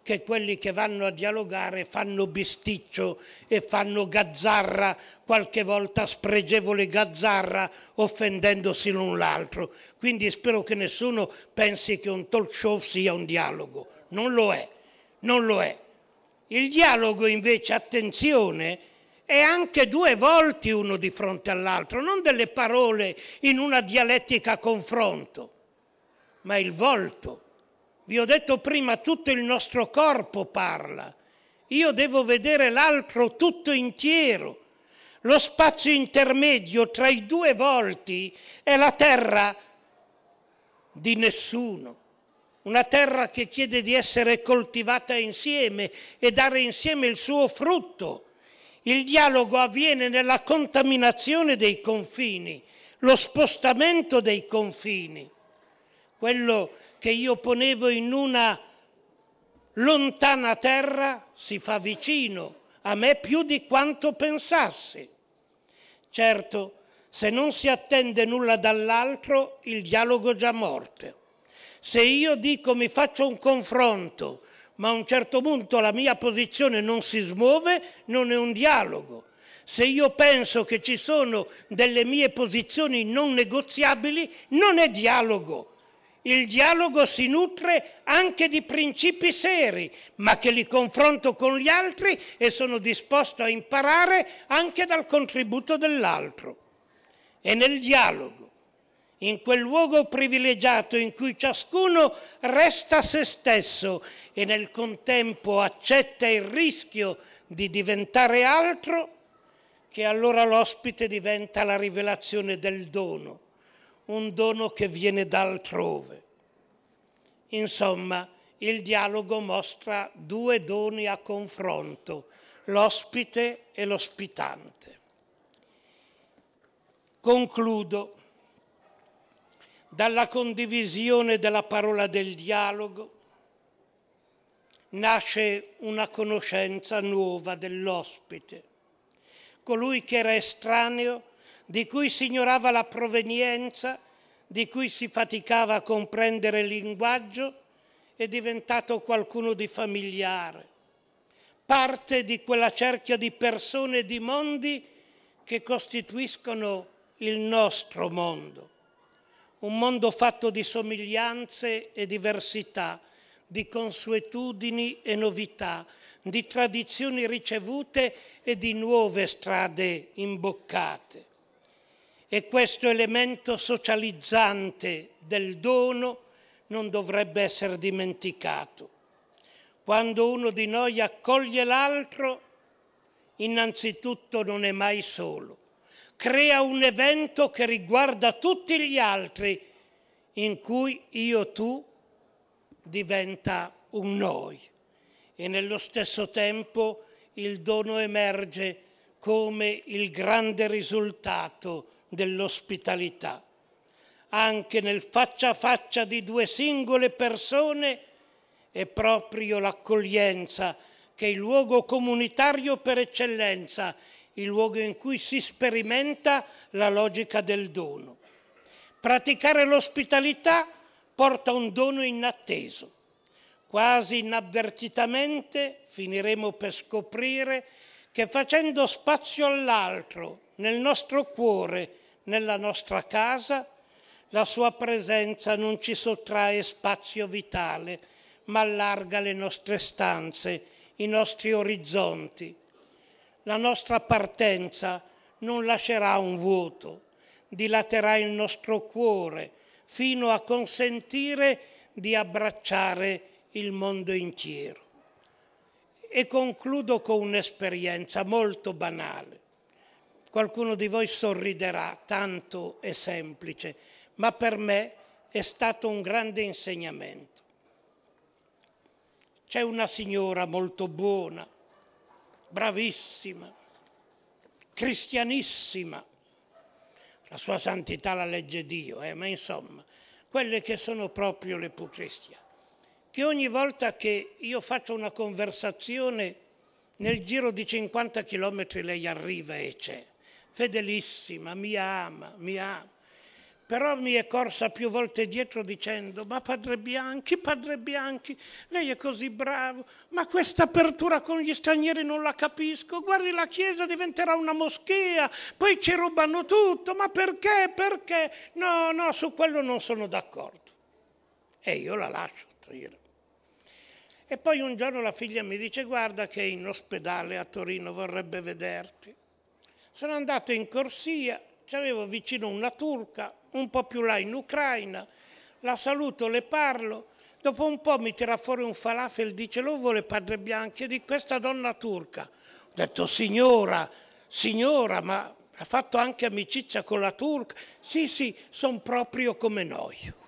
che quelli che vanno a dialogare fanno bisticcio e fanno gazzarra, qualche volta spregevole gazzarra, offendendosi l'un l'altro. Quindi spero che nessuno pensi che un talk show sia un dialogo. Non lo è, non lo è. Il dialogo invece, attenzione, è anche due volti uno di fronte all'altro, non delle parole in una dialettica confronto, ma il volto. Vi ho detto prima, tutto il nostro corpo parla. Io devo vedere l'altro tutto intero. Lo spazio intermedio tra i due volti è la terra di nessuno. Una terra che chiede di essere coltivata insieme e dare insieme il suo frutto. Il dialogo avviene nella contaminazione dei confini, lo spostamento dei confini. Quello che io ponevo in una lontana terra si fa vicino a me più di quanto pensassi. Certo, se non si attende nulla dall'altro, il dialogo è già morto. Se io dico mi faccio un confronto, ma a un certo punto la mia posizione non si smuove, non è un dialogo. Se io penso che ci sono delle mie posizioni non negoziabili, non è dialogo. Il dialogo si nutre anche di principi seri, ma che li confronto con gli altri e sono disposto a imparare anche dal contributo dell'altro. E nel dialogo, in quel luogo privilegiato in cui ciascuno resta se stesso e nel contempo accetta il rischio di diventare altro, che allora l'ospite diventa la rivelazione del dono, un dono che viene da altrove. Insomma, il dialogo mostra due doni a confronto, l'ospite e l'ospitante. Concludo. Dalla condivisione della parola del dialogo nasce una conoscenza nuova dell'ospite, colui che era estraneo, di cui si ignorava la provenienza, di cui si faticava a comprendere il linguaggio, è diventato qualcuno di familiare, parte di quella cerchia di persone e di mondi che costituiscono il nostro mondo. Un mondo fatto di somiglianze e diversità, di consuetudini e novità, di tradizioni ricevute e di nuove strade imboccate. E questo elemento socializzante del dono non dovrebbe essere dimenticato. Quando uno di noi accoglie l'altro, innanzitutto non è mai solo. Crea un evento che riguarda tutti gli altri, in cui io tu diventa un noi. E nello stesso tempo il dono emerge come il grande risultato dell'ospitalità. Anche nel faccia a faccia di due singole persone è proprio l'accoglienza che è il luogo comunitario per eccellenza, il luogo in cui si sperimenta la logica del dono. Praticare l'ospitalità porta un dono inatteso. Quasi inavvertitamente finiremo per scoprire che facendo spazio all'altro nel nostro cuore, nella nostra casa, la sua presenza non ci sottrae spazio vitale, ma allarga le nostre stanze, i nostri orizzonti. La nostra partenza non lascerà un vuoto, dilaterà il nostro cuore fino a consentire di abbracciare il mondo intero. E concludo con un'esperienza molto banale. Qualcuno di voi sorriderà, tanto è semplice, ma per me è stato un grande insegnamento. C'è una signora molto buona, bravissima, cristianissima, la sua santità la legge Dio, eh, ma insomma, quelle che sono proprio le più cristiane, che ogni volta che io faccio una conversazione, nel giro di cinquanta chilometri lei arriva e c'è, fedelissima, mi ama, mi ama. Però mi è corsa più volte dietro dicendo: ma padre Bianchi, padre Bianchi, lei è così bravo, ma questa apertura con gli stranieri non la capisco, guardi la chiesa diventerà una moschea, poi ci rubano tutto, ma perché, perché? No, no, su quello non sono d'accordo. E io la lascio. Io. E poi un giorno la figlia mi dice: guarda che in ospedale a Torino vorrebbe vederti. Sono andato in corsia, c'avevo vicino una turca, un po' più là in Ucraina, la saluto, le parlo, dopo un po' mi tira fuori un falafel, dice: lo vuole padre Bianchi? Di questa donna turca. Ho detto: signora, signora, ma ha fatto anche amicizia con la turca? Sì, sì, sono proprio come noi.